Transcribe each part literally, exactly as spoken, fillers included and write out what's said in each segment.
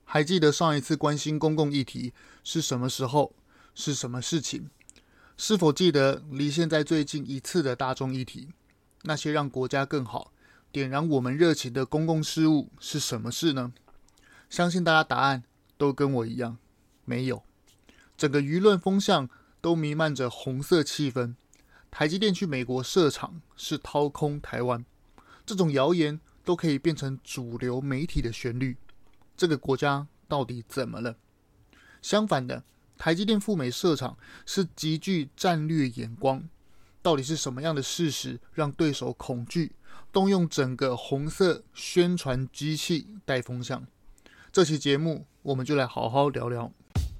还记得上一次关心公共议题是什么时候？是什么事情？是否记得离现在最近一次的大众议题？那些让国家更好、点燃我们热情的公共事务是什么事呢？相信大家答案都跟我一样，没有。整个舆论风向都弥漫着红色气氛。台积电去美国设厂是掏空台湾，这种谣言都可以变成主流媒体的旋律。这个国家到底怎么了？相反的，台积电赴美设厂是极具战略眼光。到底是什么样的事实让对手恐惧，动用整个红色宣传机器带风向？这期节目我们就来好好聊聊。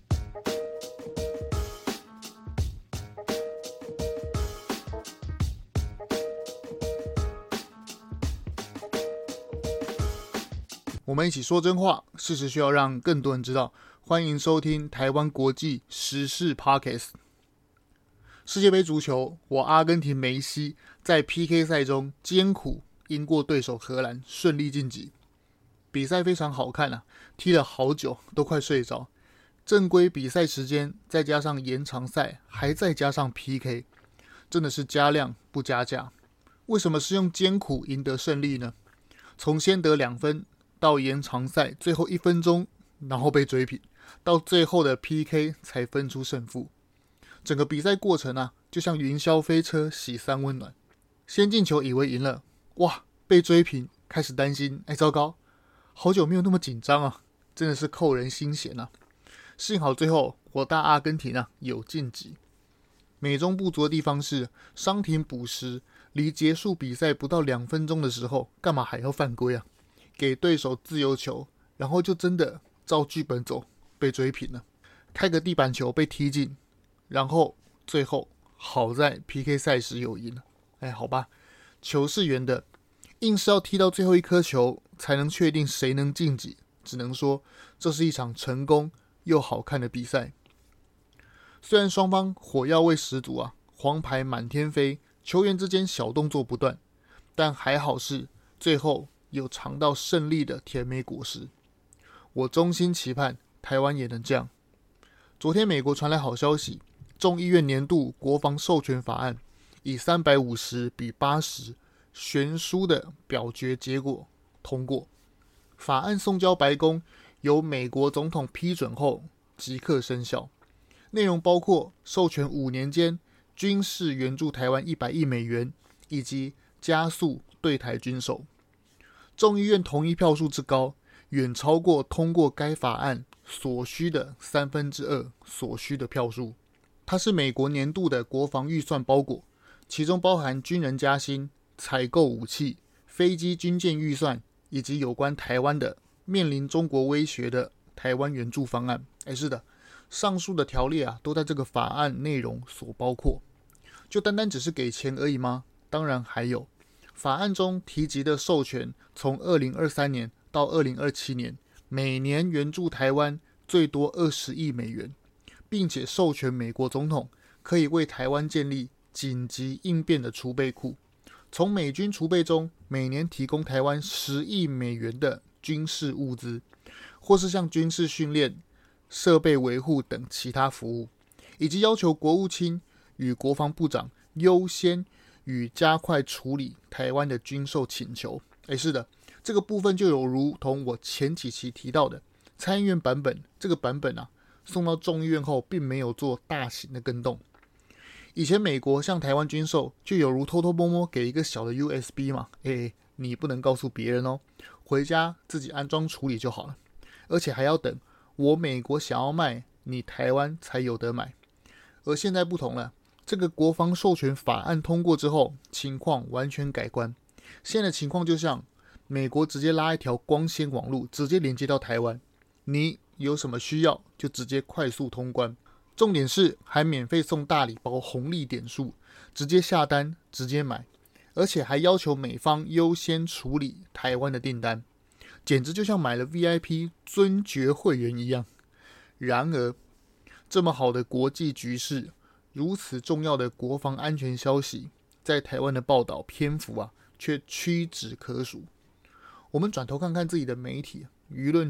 我们一起说真话，事实需要让更多人知道。欢迎收听台湾国际时事 Podcast。 世界杯足球，我阿根廷梅西在 P K 赛中艰苦赢过对手荷兰，顺利晋级。比赛非常好看啊，踢了好久，都快睡着。正规比赛时间再加上延长赛，还再加上 P K， 真的是加量不加价。为什么是用艰苦赢得胜利呢？从先得两分到延长赛最后一分钟，然后被追平，到最后的 P K 才分出胜负。整个比赛过程啊，就像云霄飞车洗三温暖。先进球以为赢了，哇，被追平，开始担心，哎，糟糕，好久没有那么紧张啊，真的是扣人心弦啊。幸好最后我大阿根廷啊有晋级。美中不足的地方是，伤停补时，离结束比赛不到两分钟的时候，干嘛还要犯规啊？给对手自由球，然后就真的照剧本走，被追平了。开个地板球被踢进，然后最后好在 P K 赛时有赢了。哎，好吧，球是圆的，硬是要踢到最后一颗球才能确定谁能晋级。只能说这是一场成功又好看的比赛。虽然双方火药味十足啊，黄牌满天飞，球员之间小动作不断，但还好是最后有尝到胜利的甜美果实。我衷心期盼台湾也能这样。昨天美国传来好消息，众议院年度国防授权法案以三百五十比八十悬殊的表决结果通过。法案送交白宫，由美国总统批准后即刻生效。内容包括授权五年间军事援助台湾一百亿美元，以及加速对台军售。众议院同意票数之高，远超过通过该法案所需的三分之二所需的票数。它是美国年度的国防预算包裹，其中包含军人加薪、采购武器、飞机军舰预算，以及有关台湾的面临中国威胁的台湾援助方案。哎，是的，上述的条例啊，都在这个法案内容所包括。就单单只是给钱而已吗？当然还有。法案中提及的授权，从二零二三年到二零二七年，每年援助台湾最多二十亿美元，并且授权美国总统可以为台湾建立紧急应变的储备库，从美军储备中每年提供台湾十亿美元的军事物资，或是像军事训练、设备维护等其他服务，以及要求国务卿与国防部长优先与加快处理台湾的军售请求。诶，是的，这个部分就有如同我前几期提到的参议院版本，这个版本啊送到众议院后并没有做大型的更动。以前美国向台湾军售就有如偷偷摸摸给一个小的 U S B 嘛，诶，你不能告诉别人哦，回家自己安装处理就好了，而且还要等我美国想要卖，你台湾才有得买。而现在不同了，这个国防授权法案通过之后，情况完全改观。现在的情况就像美国直接拉一条光纤网路，直接连接到台湾，你有什么需要就直接快速通关。重点是还免费送大礼包红利点数，直接下单直接买，而且还要求美方优先处理台湾的订单，简直就像买了 V I P 尊爵会员一样。然而这么好的国际局势，如此重要的国防安全消息，在台湾的报道篇幅啊却屈指可数。我们转头看看自己的媒体舆论圈，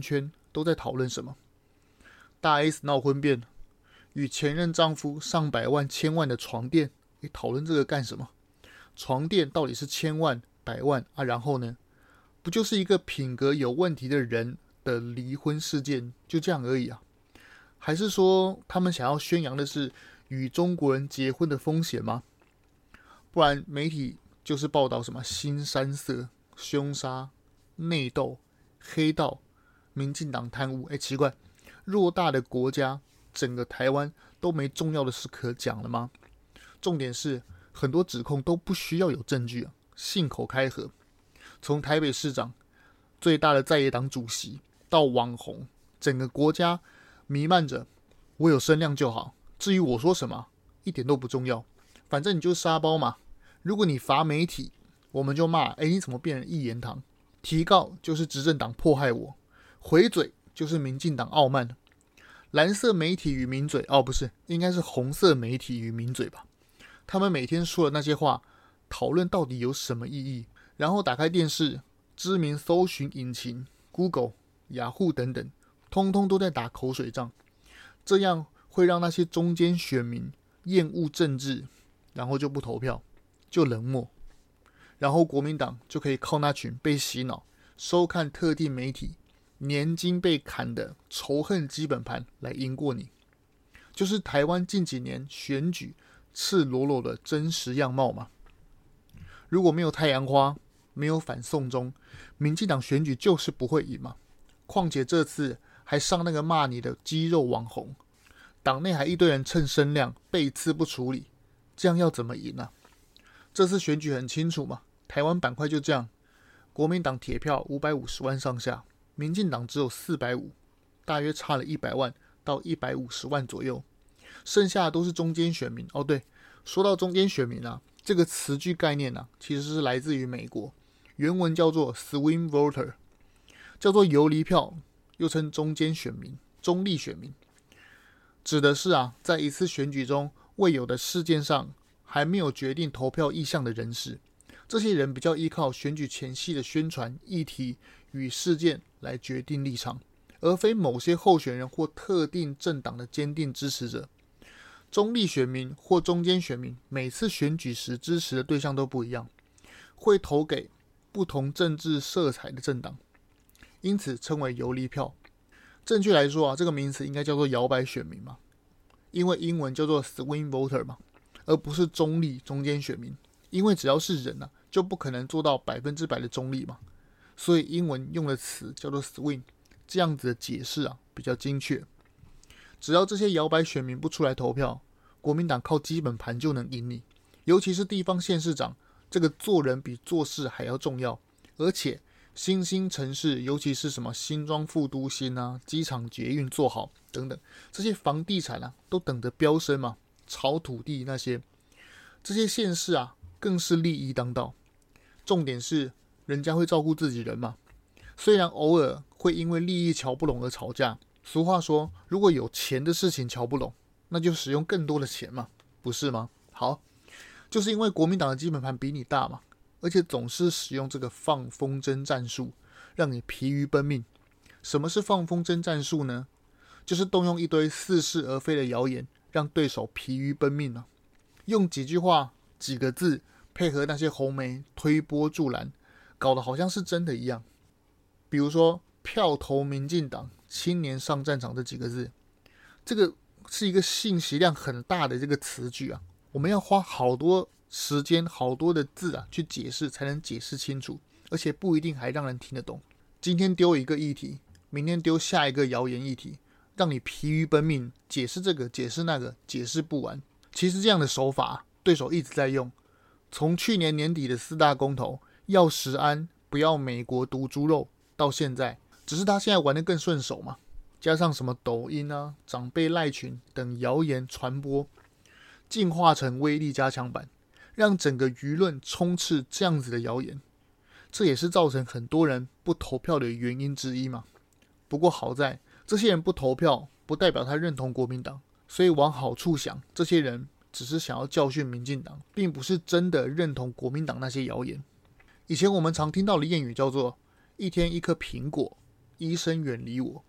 都在讨论什么？大 S 闹婚变，与前任丈夫上百万、千万的床垫，诶，讨论这个干什么？床垫到底是千万、百万啊？然后呢？不就是一个品格有问题的人的离婚事件，就这样而已啊？还是说他们想要宣扬的是与中国人结婚的风险吗？不然媒体就是报道什么新山色、凶杀、内斗、黑道、民进党贪污。哎，奇怪，偌大的国家，整个台湾都没重要的事可讲了吗？重点是很多指控都不需要有证据啊，信口开河。从台北市长、最大的在野党主席到网红，整个国家弥漫着我有声量就好，至于我说什么一点都不重要，反正你就是沙包嘛。如果你罚媒体，我们就骂，哎，你怎么变成一言堂？提告就是执政党迫害我，回嘴就是民进党傲慢。蓝色媒体与名嘴，哦，不是，应该是红色媒体与名嘴吧？他们每天说的那些话，讨论到底有什么意义？然后打开电视，知名搜寻引擎 Google、雅虎等等，通通都在打口水仗。这样会让那些中间选民厌恶政治，然后就不投票，就冷漠。然后国民党就可以靠那群被洗脑、收看特定媒体、年金被砍的仇恨基本盘来赢过你。就是台湾近几年选举赤裸裸的真实样貌嘛。如果没有太阳花，没有反送中，民进党选举就是不会赢嘛。况且这次还上那个骂你的肌肉网红，党内还一堆人蹭声量，背刺不处理，这样要怎么赢啊？这次选举很清楚嘛，台湾板块就这样，国民党铁票五百五十万上下，民进党只有四百五十，大约差了一百万到一百五十万左右，剩下的都是中间选民。哦对，说到中间选民啊，这个词句概念啊，其实是来自于美国，原文叫做 swing voter， 叫做游离票，又称中间选民、中立选民，指的是啊，在一次选举中未有的事件上还没有决定投票意向的人士。这些人比较依靠选举前夕的宣传议题与事件来决定立场，而非某些候选人或特定政党的坚定支持者。中立选民或中间选民每次选举时支持的对象都不一样，会投给不同政治色彩的政党，因此称为游离票。正确来说啊，这个名词应该叫做摇摆选民嘛，因为英文叫做 swing voter 嘛，而不是中立中间选民。因为只要是人啊，就不可能做到百分之百的中立嘛，所以英文用的词叫做 swing， 这样子的解释啊比较精确。只要这些摇摆选民不出来投票，国民党靠基本盘就能赢你。尤其是地方县市长，这个做人比做事还要重要。而且新兴城市，尤其是什么新庄副都心啊、机场捷运做好等等，这些房地产啊都等着飙升嘛，炒土地那些，这些县市啊更是利益当道。重点是人家会照顾自己人嘛，虽然偶尔会因为利益瞧不拢而吵架。俗话说，如果有钱的事情瞧不拢，那就使用更多的钱嘛，不是吗？好，就是因为国民党的基本盘比你大嘛，而且总是使用这个放风筝战术，让你疲于奔命。什么是放风筝战术呢？就是动用一堆似是而非的谣言，让对手疲于奔命啊。用几句话、几个字，配合那些红媒推波助澜，搞得好像是真的一样。比如说票投民进党，青年上战场这几个字，这个是一个信息量很大的这个词句啊，我们要花好多时间、好多的字啊去解释，才能解释清楚，而且不一定还让人听得懂。今天丢一个议题，明天丢下一个谣言议题，让你疲于奔命，解释这个，解释那个，解释不完。其实这样的手法、啊，对手一直在用。从去年年底的四大公投，要食安，不要美国毒猪肉，到现在，只是他现在玩得更顺手嘛。加上什么抖音啊、长辈赖群等谣言传播，进化成威力加强版，让整个舆论充斥这样子的谣言，这也是造成很多人不投票的原因之一嘛。不过好在这些人不投票，不代表他认同国民党，所以往好处想，这些人只是想要教训民进党，并不是真的认同国民党那些谣言。以前我们常听到的谚语叫做一天一颗苹果，医生远离我。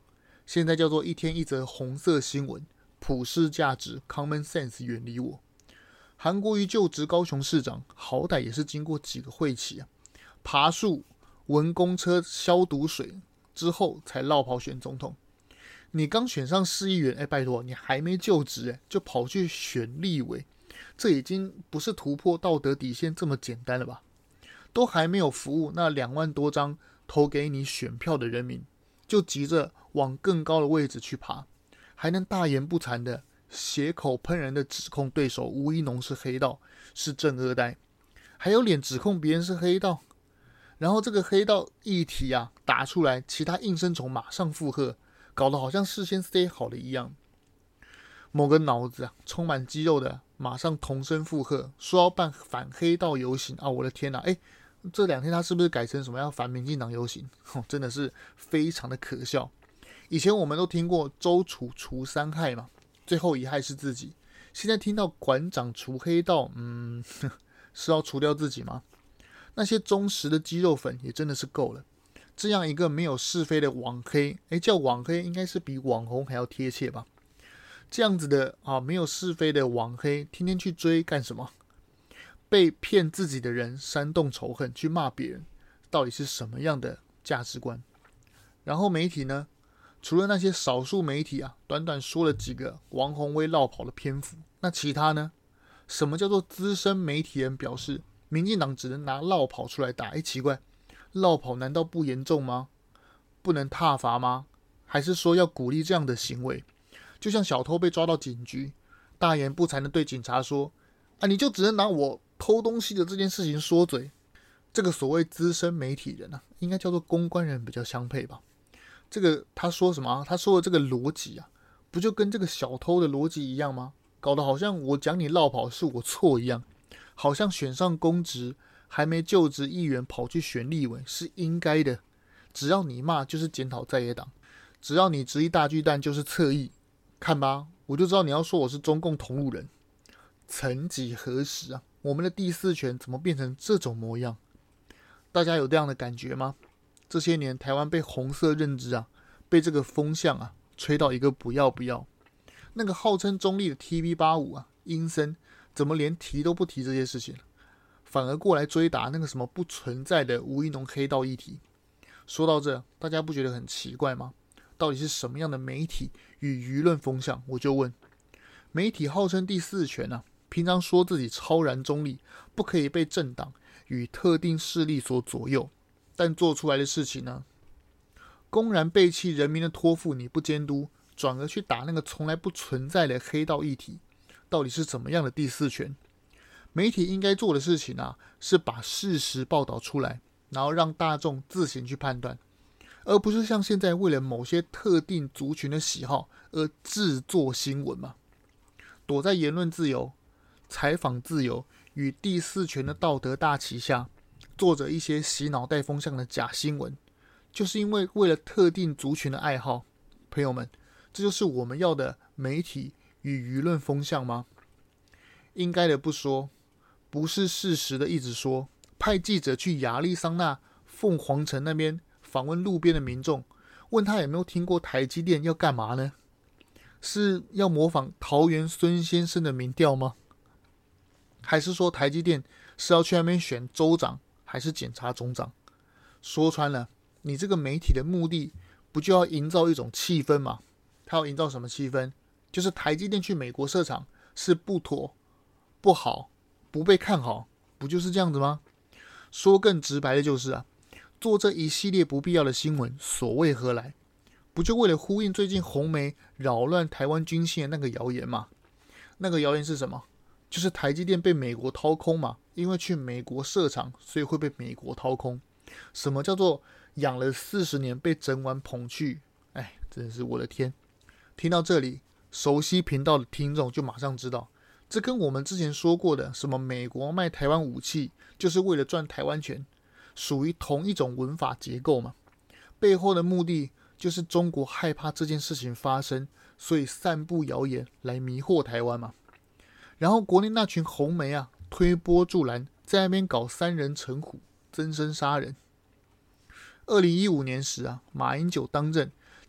现在叫做一天一则红色新闻，普世价值 common sense 远离我。韩国瑜就职高雄市长，好歹也是经过几个会期啊，爬树、闻公车消毒水之后才落跑选总统。你刚选上市议员，哎，拜托，你还没就职，哎，就跑去选立委，这已经不是突破道德底线这么简单了吧？都还没有服务那两万多张投给你选票的人民，就急着往更高的位置去爬，还能大言不惭的血口喷人的指控对手吴怡农是黑道，是正二代，还有脸指控别人是黑道。然后这个黑道议题啊打出来，其他应声虫马上附和，搞得好像事先 say 好的一样。某个脑子啊充满肌肉的马上同声附和，说要办反黑道游行啊！我的天哪，哎，这两天他是不是改成什么要反民进党游行？哦，真的是非常的可笑。以前我们都听过周楚除三害嘛，最后一害是自己。现在听到馆长除黑道，嗯，是要除掉自己吗？那些忠实的肌肉粉也真的是够了。这样一个没有是非的网黑，诶，叫网黑应该是比网红还要贴切吧？这样子的啊，没有是非的网黑，天天去追干什么？被骗自己的人煽动仇恨，去骂别人，到底是什么样的价值观？然后媒体呢？除了那些少数媒体啊，短短说了几个王宏威落跑的篇幅，那其他呢？什么叫做资深媒体人表示，民进党只能拿落跑出来打？哎，奇怪，落跑难道不严重吗？不能挞伐吗？还是说要鼓励这样的行为？就像小偷被抓到警局，大言不惭的对警察说：“啊，你就只能拿我偷东西的这件事情说嘴。”这个所谓资深媒体人啊，应该叫做公关人比较相配吧？这个他说什么啊？他说的这个逻辑啊，不就跟这个小偷的逻辑一样吗？搞得好像我讲你落跑是我错一样，好像选上公职还没就职议员跑去选立委是应该的，只要你骂就是检讨在野党，只要你质疑大巨蛋就是侧翼，看吧，我就知道你要说我是中共同路人。曾几何时啊，我们的第四权怎么变成这种模样？大家有这样的感觉吗？这些年台湾被红色认知啊，被这个风向啊吹到一个不要不要。那个号称中立的 T V 八十五 啊，阴森怎么连提都不提这些事情，反而过来追打那个什么不存在的吴怡农黑道议题？说到这，大家不觉得很奇怪吗？到底是什么样的媒体与舆论风向？我就问，媒体号称第四权啊，平常说自己超然中立，不可以被政党与特定势力所左右，但做出来的事情呢，公然背弃人民的托付，你不监督，转而去打那个从来不存在的黑道议题，到底是怎么样的第四权？媒体应该做的事情啊，是把事实报道出来，然后让大众自行去判断，而不是像现在为了某些特定族群的喜好而制作新闻嘛。躲在言论自由、采访自由与第四权的道德大旗下，做着一些洗脑带风向的假新闻，就是因为为了特定族群的爱好。朋友们，这就是我们要的媒体与舆论风向吗？应该的不说，不是事实的一直说，派记者去亚利桑那凤凰城那边访问路边的民众，问他有没有听过台积电要干嘛呢？是要模仿桃园孙先生的民调吗？还是说台积电是要去那边选州长还是检察总长？说穿了，你这个媒体的目的不就要营造一种气氛吗？它要营造什么气氛？就是台积电去美国设厂是不妥、不好、不被看好，不就是这样子吗？说更直白的就是啊，做这一系列不必要的新闻，所谓何来？不就为了呼应最近红媒扰乱台湾军心的那个谣言吗？那个谣言是什么？就是台积电被美国掏空嘛，因为去美国设厂，所以会被美国掏空。什么叫做养了四十年被整碗捧去？哎，真是我的天！听到这里，熟悉频道的听众就马上知道，这跟我们之前说过的什么美国卖台湾武器就是为了赚台湾权，属于同一种文法结构嘛。背后的目的就是中国害怕这件事情发生，所以散布谣言来迷惑台湾嘛。然后国内那群红媒啊，推波助澜，在那边搞三人成虎，增生杀人。二零一五年时啊，马英九当政，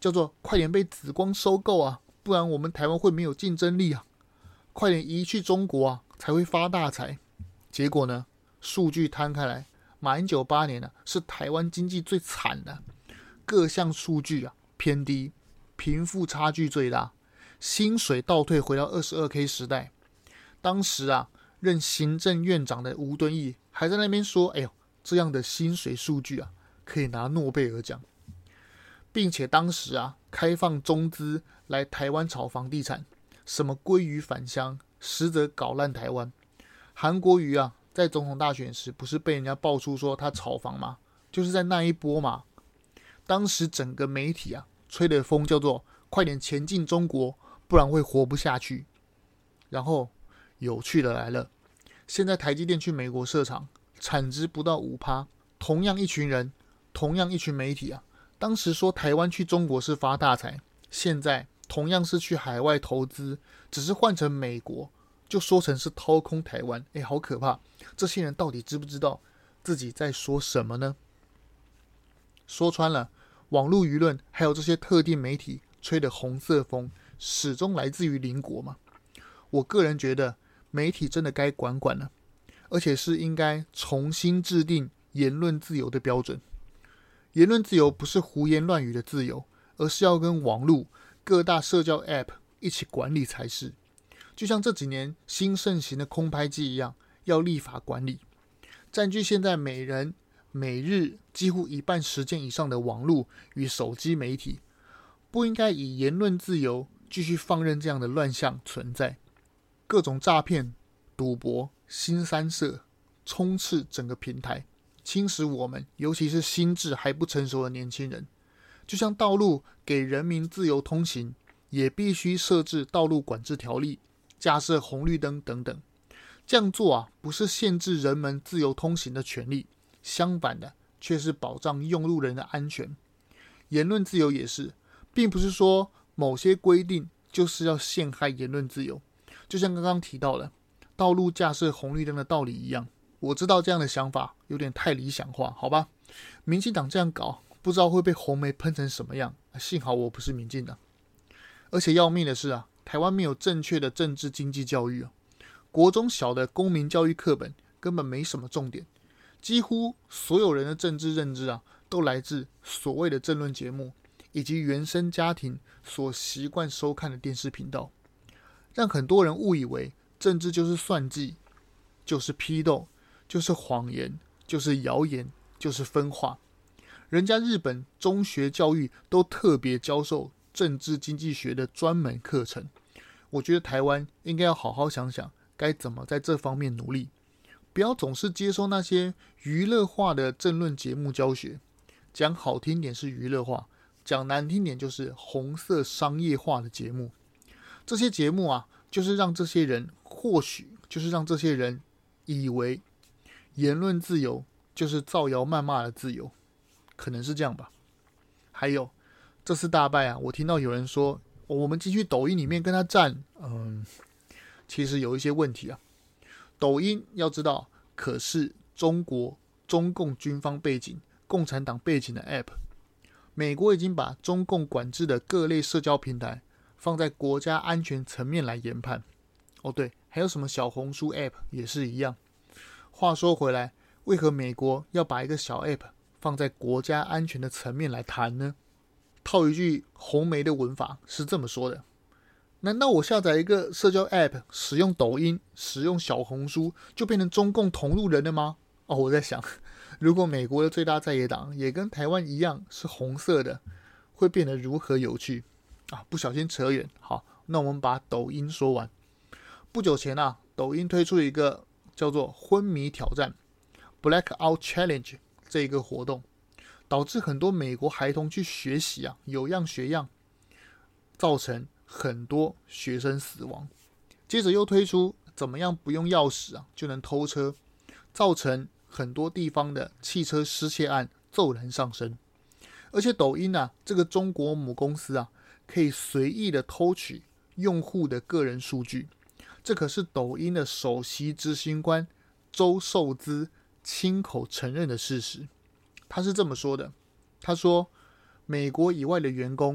叫做快点被紫光收购啊，不然我们台湾会没有竞争力啊，快点移去中国啊，才会发大财。结果呢，数据摊开来，马英九八年啊，是台湾经济最惨的，各项数据啊偏低，贫富差距最大，薪水倒退回到 二十二 K 时代。当时啊，任行政院长的吴敦义还在那边说：“哎呦，这样的薪水数据啊，可以拿诺贝尔奖。”并且当时啊，开放中资来台湾炒房地产，什么鲑鱼返乡，实则搞烂台湾。韩国瑜啊，在总统大选时不是被人家爆出说他炒房吗？就是在那一波嘛。当时整个媒体啊，吹的风叫做快点前进中国，不然会活不下去。然后有趣的来了，现在台积电去美国设厂，产值不到 百分之五， 同样一群人，同样一群媒体啊，当时说台湾去中国是发大财，现在同样是去海外投资，只是换成美国，就说成是掏空台湾。哎，好可怕！这些人到底知不知道自己在说什么呢？说穿了，网络舆论还有这些特定媒体吹的红色风，始终来自于邻国嘛。我个人觉得，媒体真的该管管了，而且是应该重新制定言论自由的标准。言论自由不是胡言乱语的自由，而是要跟网络各大社交 App 一起管理才是。就像这几年新盛行的空拍机一样，要立法管理。占据现在每人每日几乎一半时间以上的网络与手机媒体，不应该以言论自由继续放任这样的乱象存在。各种诈骗、赌博、新三社充斥整个平台，侵蚀我们，尤其是心智还不成熟的年轻人。就像道路给人民自由通行，也必须设置道路管制条例，架设红绿灯等等。这样做啊，不是限制人们自由通行的权利，相反的，却是保障用路人的安全。言论自由也是，并不是说某些规定就是要陷害言论自由。就像刚刚提到的道路架设红绿灯的道理一样，我知道这样的想法有点太理想化，好吧？民进党这样搞，不知道会被红媒喷成什么样。幸好我不是民进党。而且要命的是啊，台湾没有正确的政治经济教育啊，国中小的公民教育课本根本没什么重点，几乎所有人的政治认知啊，都来自所谓的政论节目以及原生家庭所习惯收看的电视频道，让很多人误以为政治就是算计，就是批斗，就是谎言，就是谣言，就是分化。人家日本中学教育都特别教授政治经济学的专门课程，我觉得台湾应该要好好想想该怎么在这方面努力，不要总是接收那些娱乐化的政论节目教学。讲好听点是娱乐化，讲难听点就是红色商业化的节目。这些节目啊，就是让这些人或许就是让这些人以为言论自由就是造谣谩骂的自由，可能是这样吧。还有这次大败啊，我听到有人说、哦、我们进去抖音里面跟他战，嗯，其实有一些问题啊。抖音要知道，可是中国中共军方背景、共产党背景的 App， 美国已经把中共管制的各类社交平台放在国家安全层面来研判。哦对，还有什么小红书 App 也是一样。话说回来，为何美国要把一个小 App 放在国家安全的层面来谈呢？套一句红媒的文法是这么说的：难道我下载一个社交 App， 使用抖音、使用小红书，就变成中共同路人了吗？哦，我在想，如果美国的最大在野党也跟台湾一样是红色的，会变得如何有趣啊？不小心扯远，好，那我们把抖音说完。不久前啊，抖音推出了一个叫做昏迷挑战 Blackout Challenge 这一个活动，导致很多美国孩童去学习啊，有样学样，造成很多学生死亡。接着又推出怎么样不用钥匙啊就能偷车，造成很多地方的汽车失窃案骤然上升。而且抖音啊这个中国母公司啊，可以随意的偷取用户的个人数据，这可是抖音的首席执行官周受资亲口承认的事实。他是这么说的，他说美国以外的员工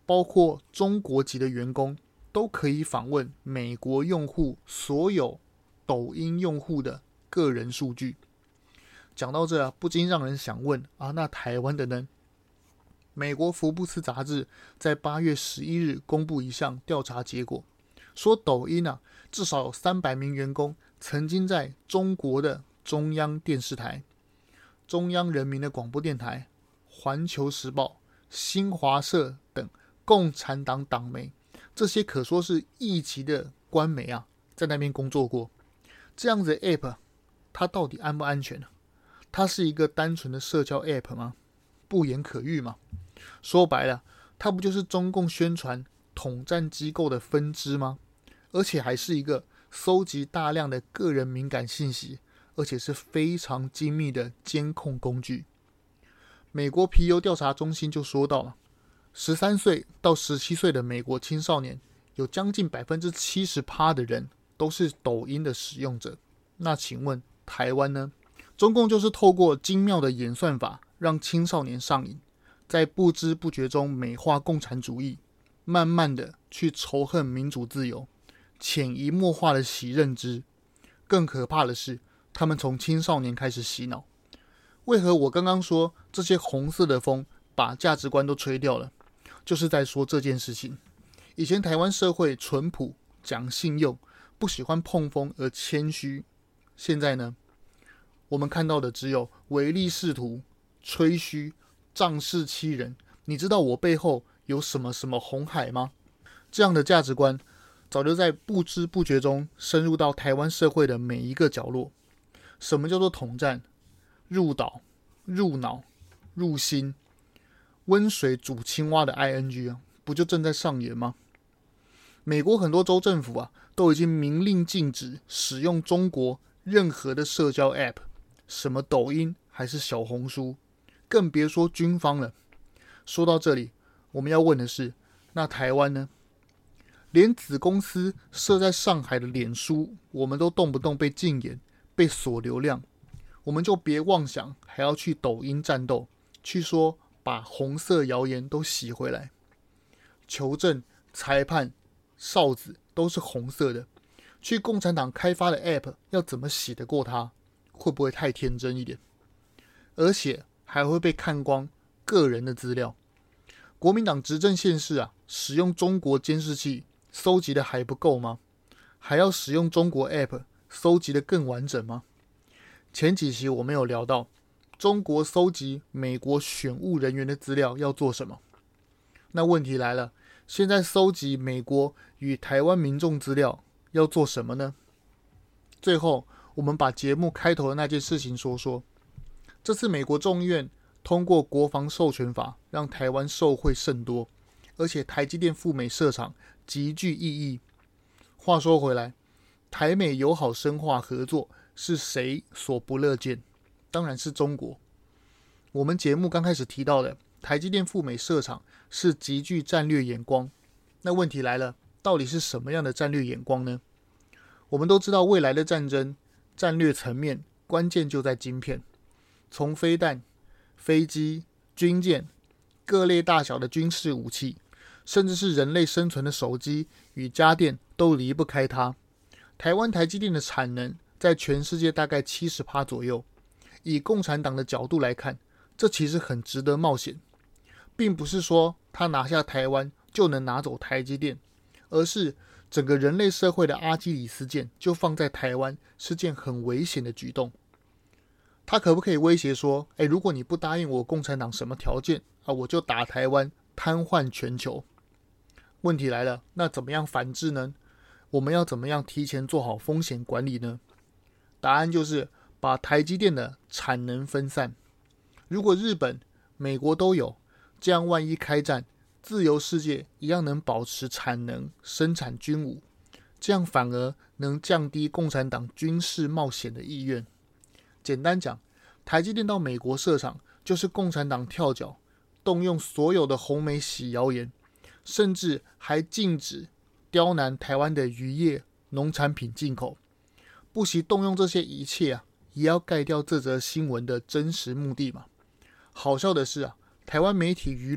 包括中国籍的员工都可以访问美国用户所有抖音用户的个人数据。讲到这啊，不禁让人想问啊，那台湾的呢？美国福布斯杂志在八月十一日公布一项调查结果，说抖音啊，至少有三百名员工曾经在中国的中央电视台、中央人民的广播电台、环球时报、新华社等共产党党媒，这些可说是一级的官媒啊，在那边工作过。这样子的 App 它到底安不安全呢？它是一个单纯的社交 App 吗？不言可喻嘛。说白了，它不就是中共宣传统战机构的分支吗？而且还是一个搜集大量的个人敏感信息，而且是非常精密的监控工具。美国皮尤调查中心就说到了，十三岁到十七岁的美国青少年有将近 百分之七十 的人都是抖音的使用者。那请问台湾呢？中共就是透过精妙的演算法让青少年上瘾，在不知不觉中美化共产主义，慢慢的去仇恨民主自由，潜移默化的洗认知。更可怕的是，他们从青少年开始洗脑。为何我刚刚说这些红色的风把价值观都吹掉了？就是在说这件事情。以前台湾社会淳朴，讲信用，不喜欢碰风而谦虚。现在呢，我们看到的只有唯利是图、吹嘘、仗势欺人。你知道我背后有什么什么红海吗？这样的价值观早就在不知不觉中深入到台湾社会的每一个角落。什么叫做统战？入岛、入脑、入心，温水煮青蛙的 I N G 啊，不就正在上演吗？美国很多州政府啊，都已经明令禁止使用中国任何的社交 App， 什么抖音还是小红书，更别说军方了。说到这里，我们要问的是，那台湾呢？连子公司设在上海的脸书，我们都动不动被禁言、被锁流量，我们就别妄想还要去抖音战斗，去说把红色谣言都洗回来。求证、裁判、哨子都是红色的，去共产党开发的 App 要怎么洗得过它？会不会太天真一点？而且还会被看光个人的资料。国民党执政县市啊，使用中国监视器搜集的还不够吗？还要使用中国 App 搜集的更完整吗？前几期我们有聊到，中国搜集美国选务人员的资料要做什么？那问题来了，现在搜集美国与台湾民众资料要做什么呢？最后，我们把节目开头的那件事情说说。这次美国众议院通过国防授权法，让台湾受惠甚多，而且台积电赴美设厂极具意义。话说回来，台美友好深化合作是谁所不乐见？当然是中国。我们节目刚开始提到的台积电赴美设厂是极具战略眼光。那问题来了，到底是什么样的战略眼光呢？我们都知道，未来的战争战略层面关键就在晶片，从飞弹、飞机、军舰、各类大小的军事武器，甚至是人类生存的手机与家电，都离不开它。台湾台积电的产能在全世界大概 百分之七十 左右。以共产党的角度来看，这其实很值得冒险，并不是说他拿下台湾就能拿走台积电，而是整个人类社会的阿基里斯腱就放在台湾，是件很危险的举动。他可不可以威胁说，诶，如果你不答应我共产党什么条件啊，我就打台湾，瘫痪全球？问题来了，那怎么样反制呢？我们要怎么样提前做好风险管理呢？答案就是把台积电的产能分散。如果日本、美国都有，这样万一开战，自由世界一样能保持产能生产军武，这样反而能降低共产党军事冒险的意愿。简单讲，台积电到美国设厂，就是共产党跳脚，动用所有的红媒洗谣言，甚至还禁止刁难台湾的渔业、农产品进口。不惜动用这些一切啊，也要盖掉这则新闻的真实目的嘛。好笑的是啊，台湾媒体舆论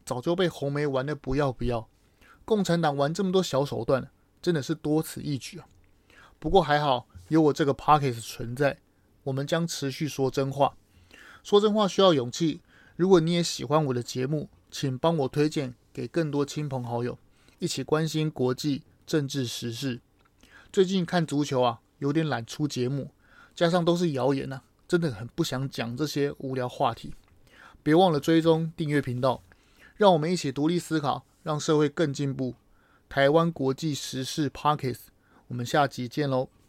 早就被红媒玩的不要不要。共产党玩这么多小手段，真的是多此一举啊。不过还好有我这个 Podcast 存在，我们将持续说真话。说真话需要勇气，如果你也喜欢我的节目，请帮我推荐给更多亲朋好友，一起关心国际政治时事。最近看足球啊，有点懒出节目，加上都是谣言啊，真的很不想讲这些无聊话题。别忘了追踪订阅频道，让我们一起独立思考，让社会更进步。台湾国际时事 Podcast， 我们下集见喽。